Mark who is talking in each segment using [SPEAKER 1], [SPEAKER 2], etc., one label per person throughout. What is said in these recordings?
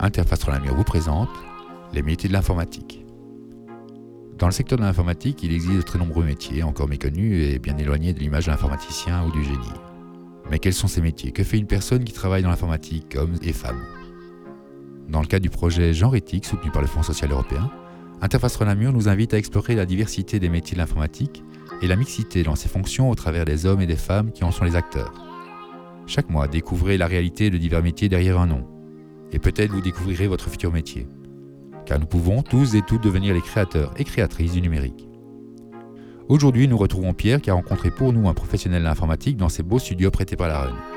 [SPEAKER 1] Interface Renamur vous présente les métiers de l'informatique. Dans le secteur de l'informatique, il existe de très nombreux métiers encore méconnus et bien éloignés de l'image de l'informaticien ou du génie. Mais quels sont ces métiers? Que fait une personne qui travaille dans l'informatique, hommes et femmes? Dans le cadre du projet Genre Éthique soutenu par le Fonds social européen, Interface Renamur nous invite à explorer la diversité des métiers de l'informatique et la mixité dans ses fonctions au travers des hommes et des femmes qui en sont les acteurs. Chaque mois, découvrez la réalité de divers métiers derrière un nom. Et peut-être vous découvrirez votre futur métier. Car nous pouvons tous et toutes devenir les créateurs et créatrices du numérique. Aujourd'hui, nous retrouvons Pierre qui a rencontré pour nous un professionnel de l'informatique dans ses beaux studios prêtés par la RUN.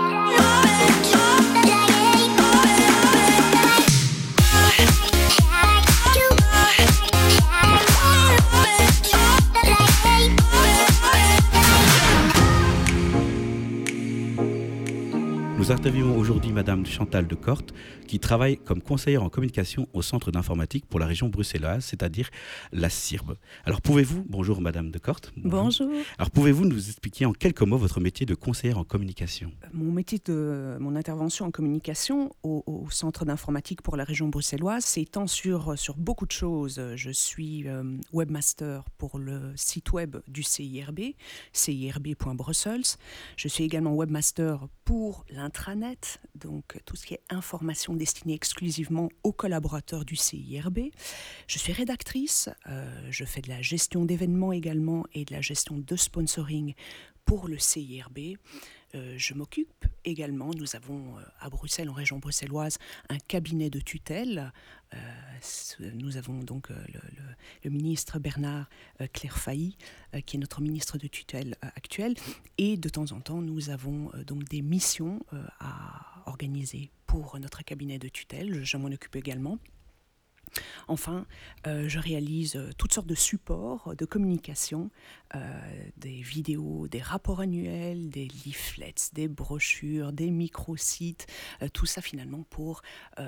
[SPEAKER 2] Nous interviewons aujourd'hui Madame Chantal Decorte, qui travaille comme conseillère en communication au Centre d'informatique pour la région bruxelloise, c'est-à-dire la CIRB. Alors bonjour Madame Decorte.
[SPEAKER 3] Bonjour.
[SPEAKER 2] Alors pouvez-vous nous expliquer en quelques mots votre métier de conseillère en communication?
[SPEAKER 3] Mon intervention en communication au Centre d'informatique pour la région bruxelloise s'étend sur beaucoup de choses. Je suis webmaster pour le site web du CIRB, cirb.brussels. Je suis également webmaster pour l'intranet, donc tout ce qui est information destinée exclusivement aux collaborateurs du CIRB. Je suis rédactrice, je fais de la gestion d'événements également et de la gestion de sponsoring pour le CIRB. Je m'occupe également, nous avons à Bruxelles, en région bruxelloise, un cabinet de tutelle. Nous avons donc le ministre Bernard Clairfailly, qui est notre ministre de tutelle actuel. Et de temps en temps, nous avons donc des missions à organiser pour notre cabinet de tutelle. Je m'en occupe également. Enfin, je réalise toutes sortes de supports de communication, des vidéos, des rapports annuels, des leaflets, des brochures, des microsites, tout ça finalement pour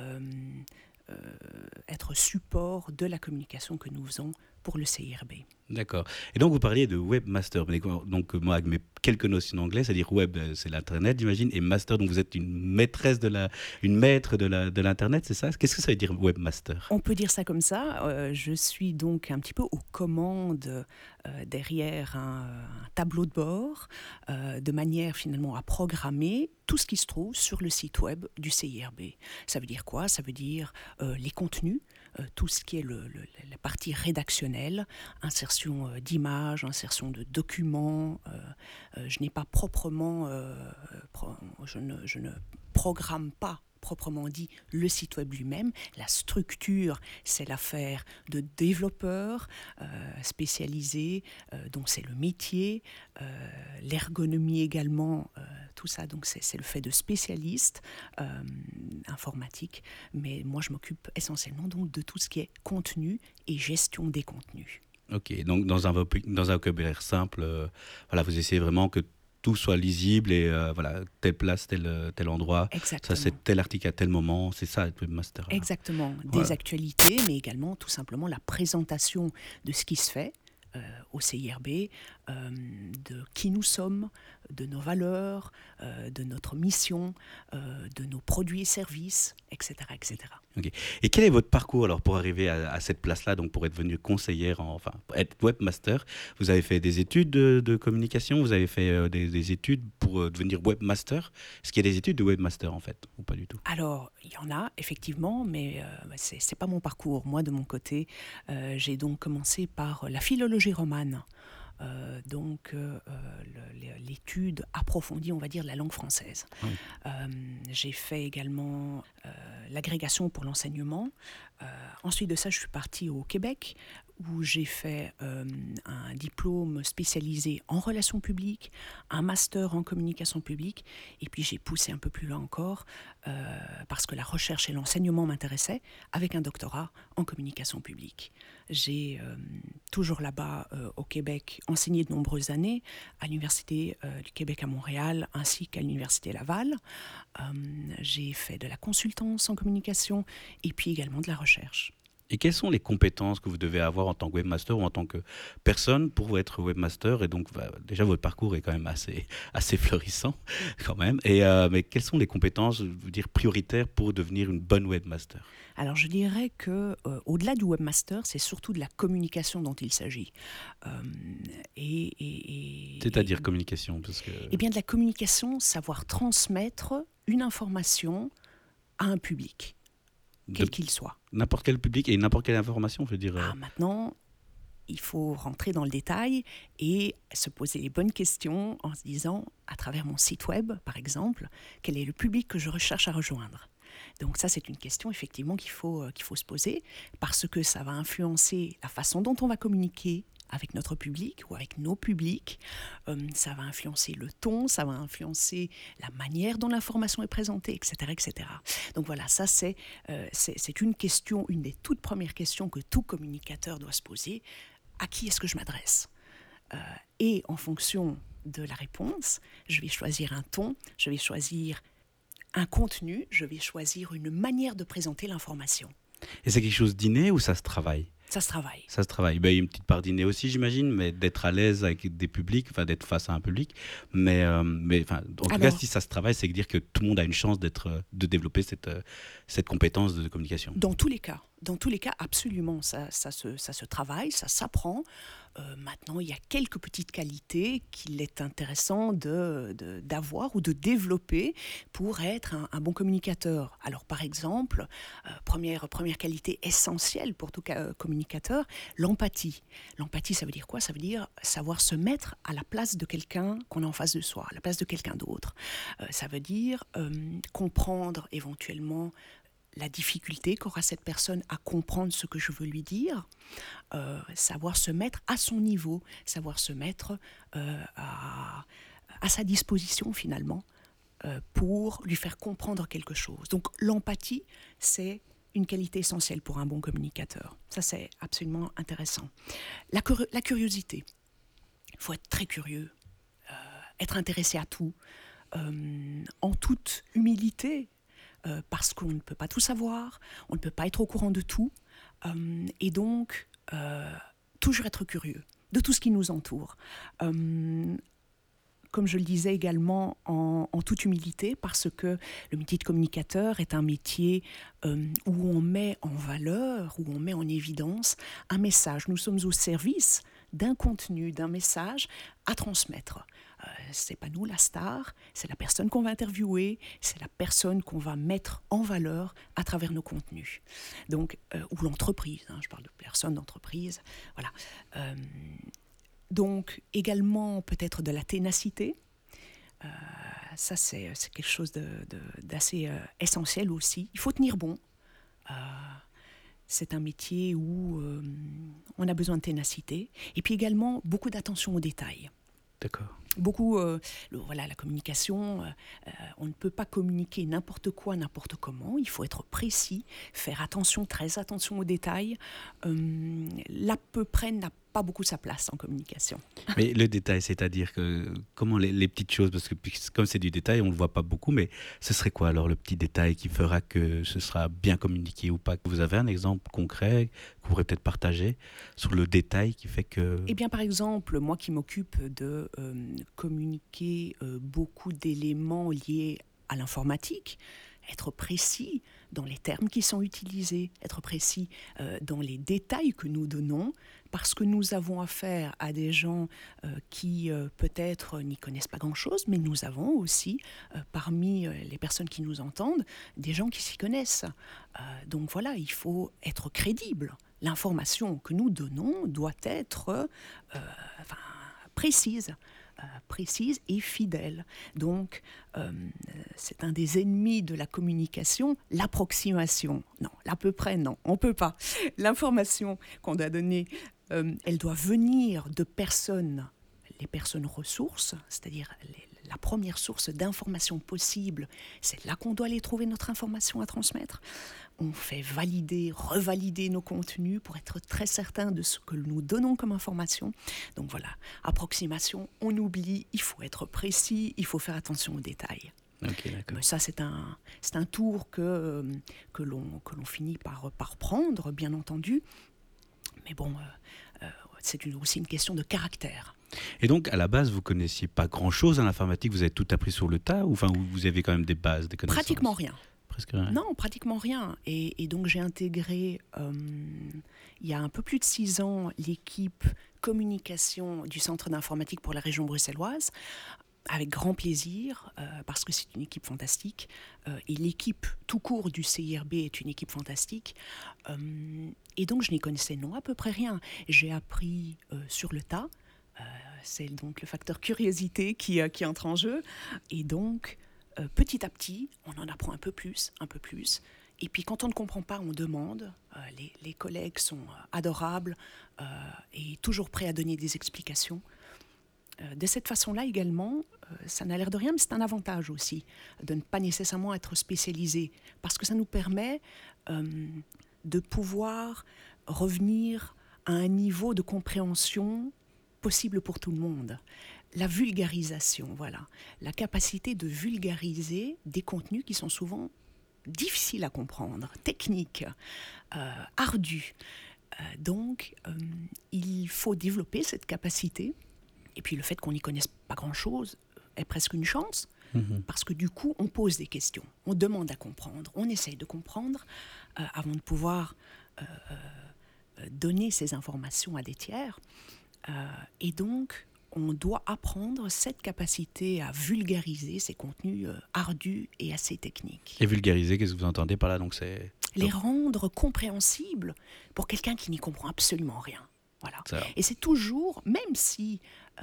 [SPEAKER 3] être support de la communication que nous faisons pour le CIRB.
[SPEAKER 2] D'accord. Et donc vous parliez de webmaster. Donc moi, avec mes quelques notions d'anglais, c'est-à-dire web, c'est l'internet, j'imagine, et master, donc vous êtes une maître de l'internet, c'est ça? Qu'est-ce que ça veut dire webmaster?
[SPEAKER 3] On peut dire ça comme ça. Je suis donc un petit peu aux commandes derrière un tableau de bord, de manière finalement à programmer tout ce qui se trouve sur le site web du CIRB. Ça veut dire quoi? Ça veut dire les contenus, tout ce qui est la partie rédactionnelle, insertion d'images, insertion de documents. Je n'ai pas proprement, je ne programme pas proprement dit le site web lui-même. La structure, c'est l'affaire de développeurs spécialisés, dont c'est le métier, l'ergonomie également, tout ça, donc c'est le fait de spécialistes informatiques. Mais moi, je m'occupe essentiellement donc de tout ce qui est contenu et gestion des contenus.
[SPEAKER 2] Ok, donc dans un vocabulaire simple, vous essayez vraiment que tout soit lisible et telle place, tel endroit.
[SPEAKER 3] Exactement.
[SPEAKER 2] Ça, c'est tel article à tel moment, c'est ça, le webmaster.
[SPEAKER 3] Exactement. Des actualités, mais également tout simplement la présentation de ce qui se fait au CIRB, de qui nous sommes, de nos valeurs, de notre mission, de nos produits et services, etc. etc.
[SPEAKER 2] Okay. Et quel est votre parcours alors pour arriver à cette place-là, donc pour être devenue conseillère, pour être webmaster? Vous avez fait des études de communication, vous avez fait des études pour devenir webmaster. Est-ce qu'il y a des études de webmaster en fait, ou pas du tout?
[SPEAKER 3] Alors, il y en a effectivement, mais c'est pas mon parcours. Moi, de mon côté, j'ai donc commencé par la philologie romane. L'étude approfondie, on va dire, de la langue française. Oui. J'ai fait également l'agrégation pour l'enseignement. Ensuite de ça, je suis partie au Québec, où j'ai fait un diplôme spécialisé en relations publiques, un master en communication publique, et puis j'ai poussé un peu plus loin encore, parce que la recherche et l'enseignement m'intéressaient, avec un doctorat en communication publique. J'ai toujours là-bas, au Québec, enseigné de nombreuses années, à l'Université du Québec à Montréal, ainsi qu'à l'Université Laval. J'ai fait de la consultance en communication, et puis également de la recherche.
[SPEAKER 2] Et quelles sont les compétences que vous devez avoir en tant que webmaster ou en tant que personne pour être webmaster? Et donc, déjà, votre parcours est quand même assez fleurissant, quand même. Mais quelles sont les compétences, je veux dire, prioritaires pour devenir une bonne webmaster?
[SPEAKER 3] Alors je dirais que au-delà du webmaster, c'est surtout de la communication dont il s'agit. Euh,
[SPEAKER 2] C'est-à-dire communication, parce que...
[SPEAKER 3] Eh bien, de la communication, savoir transmettre une information à un public, quel qu'il soit.
[SPEAKER 2] N'importe quel public et n'importe quelle information, je veux dire.
[SPEAKER 3] Maintenant, il faut rentrer dans le détail et se poser les bonnes questions en se disant, à travers mon site web, par exemple, quel est le public que je recherche à rejoindre. Donc ça, c'est une question effectivement qu'il faut se poser parce que ça va influencer la façon dont on va communiquer avec notre public ou avec nos publics. Ça va influencer le ton, ça va influencer la manière dont l'information est présentée, etc. etc. Donc voilà, ça c'est une question, une des toutes premières questions que tout communicateur doit se poser. À qui est-ce que je m'adresse ? Et en fonction de la réponse, je vais choisir un ton, je vais choisir un contenu, je vais choisir une manière de présenter l'information.
[SPEAKER 2] Et c'est quelque chose d'inné ou ça se travaille ?
[SPEAKER 3] Ça se travaille.
[SPEAKER 2] Ça se travaille. Ben, il y a une petite part d'inné aussi, j'imagine, mais d'être à l'aise avec des publics, enfin d'être face à un public. Mais en tout cas, si ça se travaille, c'est dire que tout le monde a une chance de développer cette compétence de communication.
[SPEAKER 3] Dans tous les cas, absolument, ça se travaille, ça s'apprend. Maintenant, il y a quelques petites qualités qu'il est intéressant d'avoir ou de développer pour être un bon communicateur. Alors, par exemple, première qualité essentielle pour tout communicateur, l'empathie. L'empathie, ça veut dire quoi ? Ça veut dire savoir se mettre à la place de quelqu'un qu'on a en face de soi, à la place de quelqu'un d'autre. Ça veut dire comprendre éventuellement la difficulté qu'aura cette personne à comprendre ce que je veux lui dire, savoir se mettre à son niveau, savoir se mettre à sa disposition finalement pour lui faire comprendre quelque chose. Donc l'empathie, c'est une qualité essentielle pour un bon communicateur. Ça, c'est absolument intéressant. La curiosité. Il faut être très curieux, être intéressé à tout, en toute humilité, parce qu'on ne peut pas tout savoir, on ne peut pas être au courant de tout, et donc toujours être curieux de tout ce qui nous entoure. Comme je le disais également, en toute humilité, parce que le métier de communicateur est un métier où on met en valeur, où on met en évidence un message. Nous sommes au service d'un contenu, d'un message à transmettre. C'est pas nous la star, c'est la personne qu'on va interviewer, c'est la personne qu'on va mettre en valeur à travers nos contenus. Donc, ou l'entreprise, je parle de personnes, d'entreprise, voilà. Donc, également peut-être de la ténacité. Ça, c'est quelque chose d'assez essentiel aussi. Il faut tenir bon. C'est un métier où on a besoin de ténacité. Et puis également, beaucoup d'attention aux détails.
[SPEAKER 2] D'accord.
[SPEAKER 3] Beaucoup, la communication, on ne peut pas communiquer n'importe quoi, n'importe comment. Il faut être précis, faire attention, très attention aux détails. L'à peu près n'a pas beaucoup sa place en communication.
[SPEAKER 2] Mais le détail, c'est-à-dire que comment les petites choses, parce que comme c'est du détail, on ne le voit pas beaucoup, mais ce serait quoi alors le petit détail qui fera que ce sera bien communiqué ou pas? Vous avez un exemple concret que vous pourrez peut-être partager sur le détail qui fait que...
[SPEAKER 3] Eh bien, par exemple, moi qui m'occupe de communiquer beaucoup d'éléments liés à l'informatique, être précis dans les termes qui sont utilisés, être précis dans les détails que nous donnons, parce que nous avons affaire à des gens qui peut-être n'y connaissent pas grand-chose, mais nous avons aussi, parmi les personnes qui nous entendent, des gens qui s'y connaissent. Donc voilà, il faut être crédible. L'information que nous donnons doit être précise et fidèle. Donc, c'est un des ennemis de la communication, l'approximation. Non, l'à peu près, non, on ne peut pas. L'information qu'on doit donner, elle doit venir de personnes, les personnes ressources, c'est-à-dire la première source d'information possible, c'est là qu'on doit aller trouver notre information à transmettre. On fait valider, revalider nos contenus pour être très certain de ce que nous donnons comme information. Donc voilà, approximation, on oublie, il faut être précis, il faut faire attention aux détails.
[SPEAKER 2] Ok, d'accord.
[SPEAKER 3] Mais ça, c'est un tour que l'on finit par prendre, bien entendu. Mais bon, c'est aussi une question de caractère.
[SPEAKER 2] Et donc, à la base, vous connaissiez pas grand-chose en informatique, vous avez tout appris sur le tas, ou vous avez quand même des bases, des connaissances?
[SPEAKER 3] Pratiquement rien.
[SPEAKER 2] Presque rien.
[SPEAKER 3] Non, pratiquement rien. Et donc j'ai intégré, il y a un peu plus de 6 ans, l'équipe communication du Centre d'informatique pour la région bruxelloise, avec grand plaisir, parce que c'est une équipe fantastique. Et l'équipe tout court du CIRB est une équipe fantastique. Et donc je n'y connaissais à peu près rien. J'ai appris sur le tas. C'est donc le facteur curiosité qui entre en jeu. Et donc, petit à petit, on en apprend un peu plus. Et puis quand on ne comprend pas, on demande. Les collègues sont adorables et toujours prêts à donner des explications. De cette façon-là également, ça n'a l'air de rien, mais c'est un avantage aussi de ne pas nécessairement être spécialisé, parce que ça nous permet de pouvoir revenir à un niveau de compréhension possible pour tout le monde. La vulgarisation, voilà. La capacité de vulgariser des contenus qui sont souvent difficiles à comprendre, techniques, ardus. Donc, il faut développer cette capacité. Et puis, le fait qu'on n'y connaisse pas grand-chose est presque une chance, parce que du coup, on pose des questions, on demande à comprendre, on essaye de comprendre avant de pouvoir donner ces informations à des tiers. Et donc, on doit apprendre cette capacité à vulgariser ces contenus ardus et assez techniques.
[SPEAKER 2] Et vulgariser, qu'est-ce que vous entendez par là?
[SPEAKER 3] Les rendre compréhensibles pour quelqu'un qui n'y comprend absolument rien. Voilà. Et c'est toujours, même si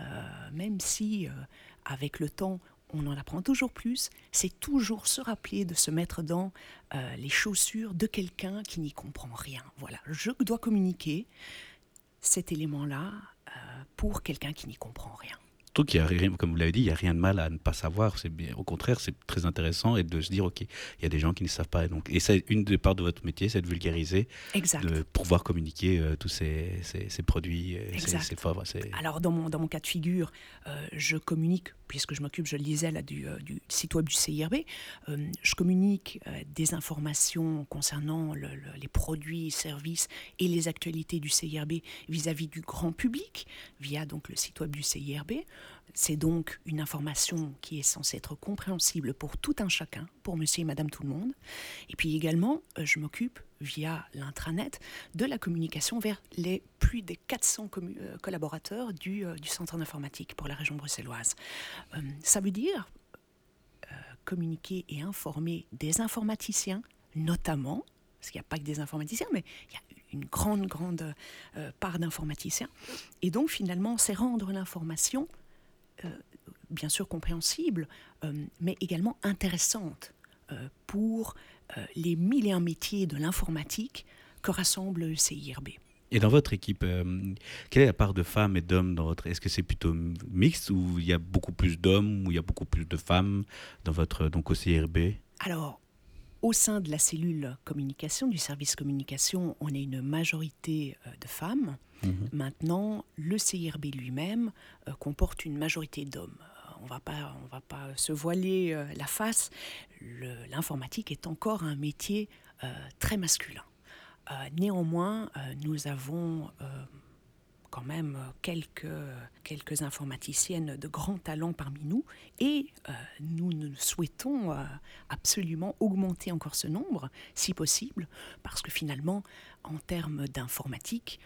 [SPEAKER 3] avec le temps, on en apprend toujours plus, c'est toujours se rappeler de se mettre dans les chaussures de quelqu'un qui n'y comprend rien. Voilà, je dois communiquer cet élément-là pour quelqu'un qui n'y comprend rien.
[SPEAKER 2] Surtout qu'il y a rien, comme vous l'avez dit, il n'y a rien de mal à ne pas savoir. C'est bien, au contraire, c'est très intéressant et de se dire, ok, il y a des gens qui ne savent pas. Et c'est une des parts de votre métier, c'est de vulgariser, de pouvoir communiquer tous ces produits.
[SPEAKER 3] Alors, dans mon cas de figure, je communique, puisque je m'occupe, je le disais, là, du site web du CIRB, je communique des informations concernant les produits, services et les actualités du CIRB vis-à-vis du grand public, via donc le site web du CIRB. C'est donc une information qui est censée être compréhensible pour tout un chacun, pour monsieur et madame tout le monde. Et puis également, je m'occupe, via l'intranet, de la communication vers les plus des 400 collaborateurs du Centre d'informatique pour la région bruxelloise. Ça veut dire communiquer et informer des informaticiens, notamment, parce qu'il n'y a pas que des informaticiens, mais il y a une grande part d'informaticiens. Et donc, finalement, c'est rendre l'information, bien sûr compréhensible, mais également intéressante pour les 1001 métiers de l'informatique que rassemble le CIRB.
[SPEAKER 2] Et dans votre équipe, quelle est la part de femmes et d'hommes dans votre... Est-ce que c'est plutôt mixte, ou il y a beaucoup plus d'hommes, ou il y a beaucoup plus de femmes dans votre, donc au CIRB?
[SPEAKER 3] Alors, au sein de la cellule communication, du service communication, on est une majorité de femmes. Maintenant, le CIRB lui-même comporte une majorité d'hommes. On va pas se voiler la face. L'informatique est encore un métier très masculin. Néanmoins, nous avons quand même quelques informaticiennes de grand talent parmi nous, et nous souhaitons absolument augmenter encore ce nombre, si possible, parce que finalement, en termes d'informatique,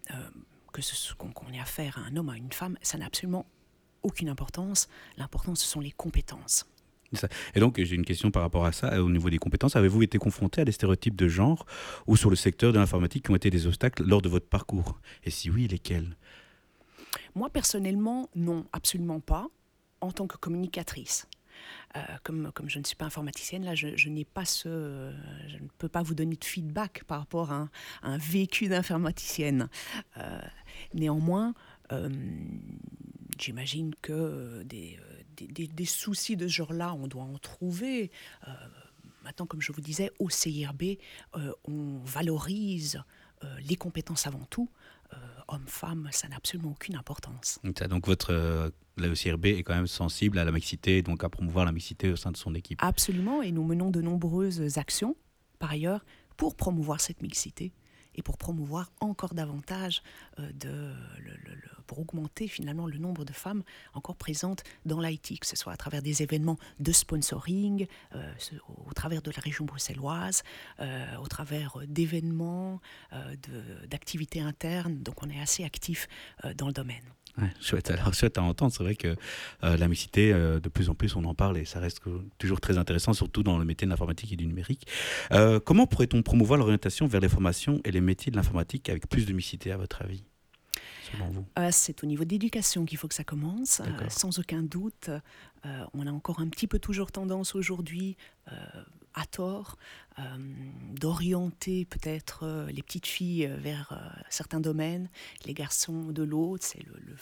[SPEAKER 3] qu'on ait affaire à un homme ou à une femme, ça n'a absolument aucune importance. L'important, ce sont les compétences.
[SPEAKER 2] Et donc, j'ai une question par rapport à ça, au niveau des compétences. Avez-vous été confronté à des stéréotypes de genre ou sur le secteur de l'informatique qui ont été des obstacles lors de votre parcours? Et si oui, lesquels?
[SPEAKER 3] Moi, personnellement, non, absolument pas, en tant que communicatrice. Comme je ne suis pas informaticienne, là, je n'ai pas je ne peux pas vous donner de feedback par rapport à un vécu d'informaticienne. Néanmoins, j'imagine que des soucis de ce genre-là, on doit en trouver. Maintenant, comme je vous disais, au CIRB, on valorise les compétences avant tout. homme-femme, ça n'a absolument aucune importance.
[SPEAKER 2] Donc la ECRB est quand même sensible à la mixité, donc à promouvoir la mixité au sein de son équipe.
[SPEAKER 3] Absolument, et nous menons de nombreuses actions, par ailleurs, pour promouvoir cette mixité et pour promouvoir encore davantage, pour augmenter finalement le nombre de femmes encore présentes dans l'IT, que ce soit à travers des événements de sponsoring, au travers de la région bruxelloise, au travers d'événements, d'activités internes. Donc on est assez actifs dans le domaine.
[SPEAKER 2] Ouais, chouette. Alors, chouette à entendre. C'est vrai que la mixité, de plus en plus, on en parle et ça reste toujours très intéressant, surtout dans le métier de l'informatique et du numérique. Comment pourrait-on promouvoir l'orientation vers les formations et les métiers de l'informatique avec plus de mixité, à votre avis, selon vous ?
[SPEAKER 3] C'est au niveau d'éducation qu'il faut que ça commence. Sans aucun doute, on a encore un petit peu toujours tendance aujourd'hui, à tort, d'orienter peut-être les petites filles vers certains domaines, les garçons de l'autre. C'est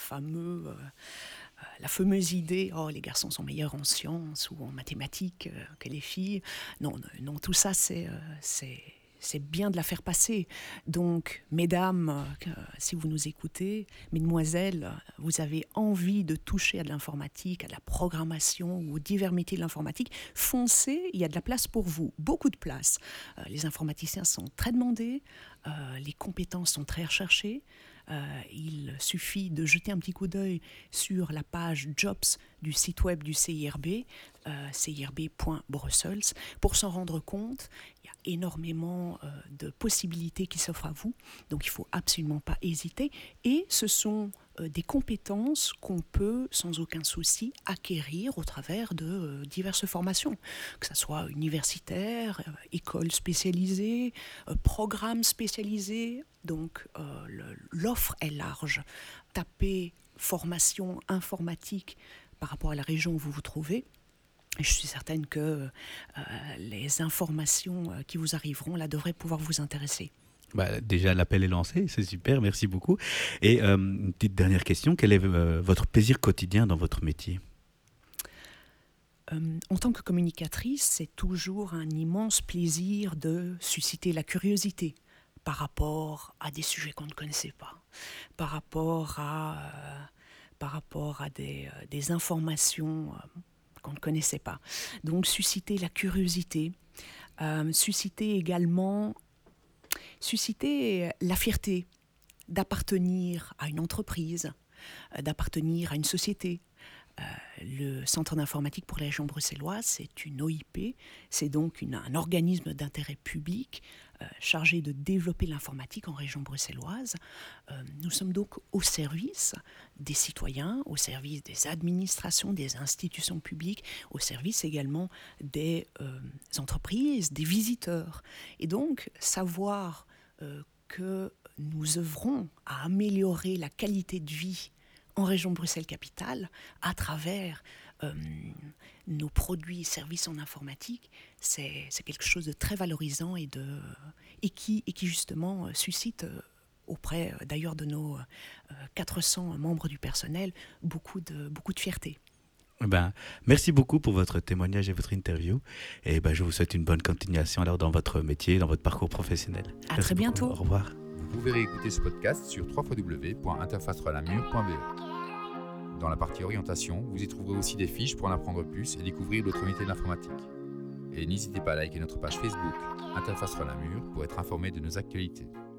[SPEAKER 3] la fameuse idée, les garçons sont meilleurs en sciences ou en mathématiques que les filles. Non, tout ça, c'est bien de la faire passer. Donc, mesdames, si vous nous écoutez, mesdemoiselles, vous avez envie de toucher à de l'informatique, à de la programmation ou aux divers métiers de l'informatique, foncez, il y a de la place pour vous, beaucoup de place. Les informaticiens sont très demandés, les compétences sont très recherchées. Il suffit de jeter un petit coup d'œil sur la page Jobs du site web du CIRB, cirb.brussels, pour s'en rendre compte. Il y a énormément de possibilités qui s'offrent à vous, donc il ne faut absolument pas hésiter. Et ce sont des compétences qu'on peut sans aucun souci acquérir au travers de diverses formations, que ce soit universitaire, école spécialisée, programme spécialisé. Donc l'offre est large. Tapez formation informatique par rapport à la région où vous vous trouvez. Et je suis certaine que les informations qui vous arriveront là devraient pouvoir vous intéresser.
[SPEAKER 2] Déjà, l'appel est lancé, c'est super, merci beaucoup. Et une petite dernière question, quel est votre plaisir quotidien dans votre métier ?
[SPEAKER 3] En tant que communicatrice, c'est toujours un immense plaisir de susciter la curiosité par rapport à des sujets qu'on ne connaissait pas, par rapport à des informations qu'on ne connaissait pas. Donc susciter la curiosité, susciter également la fierté d'appartenir à une entreprise, d'appartenir à une société. Le Centre d'informatique pour la région bruxelloise, c'est une OIP, c'est donc un organisme d'intérêt public chargé de développer l'informatique en région bruxelloise. Nous sommes donc au service des citoyens, au service des administrations, des institutions publiques, au service également des entreprises, des visiteurs. Et donc, savoir que nous œuvrons à améliorer la qualité de vie en région Bruxelles-Capitale, à travers nos produits et services en informatique, c'est quelque chose de très valorisant et qui justement suscite auprès d'ailleurs de nos 400 membres du personnel beaucoup de fierté.
[SPEAKER 2] Merci beaucoup pour votre témoignage et votre interview. Et je vous souhaite une bonne continuation alors dans votre métier, dans votre parcours professionnel.
[SPEAKER 3] À très bientôt.
[SPEAKER 2] Au revoir.
[SPEAKER 1] Vous pouvez réécouter ce podcast sur www.interface-relamur.be. Dans la partie orientation, vous y trouverez aussi des fiches pour en apprendre plus et découvrir d'autres métiers de l'informatique. Et n'hésitez pas à liker notre page Facebook Interface Relamur pour être informé de nos actualités.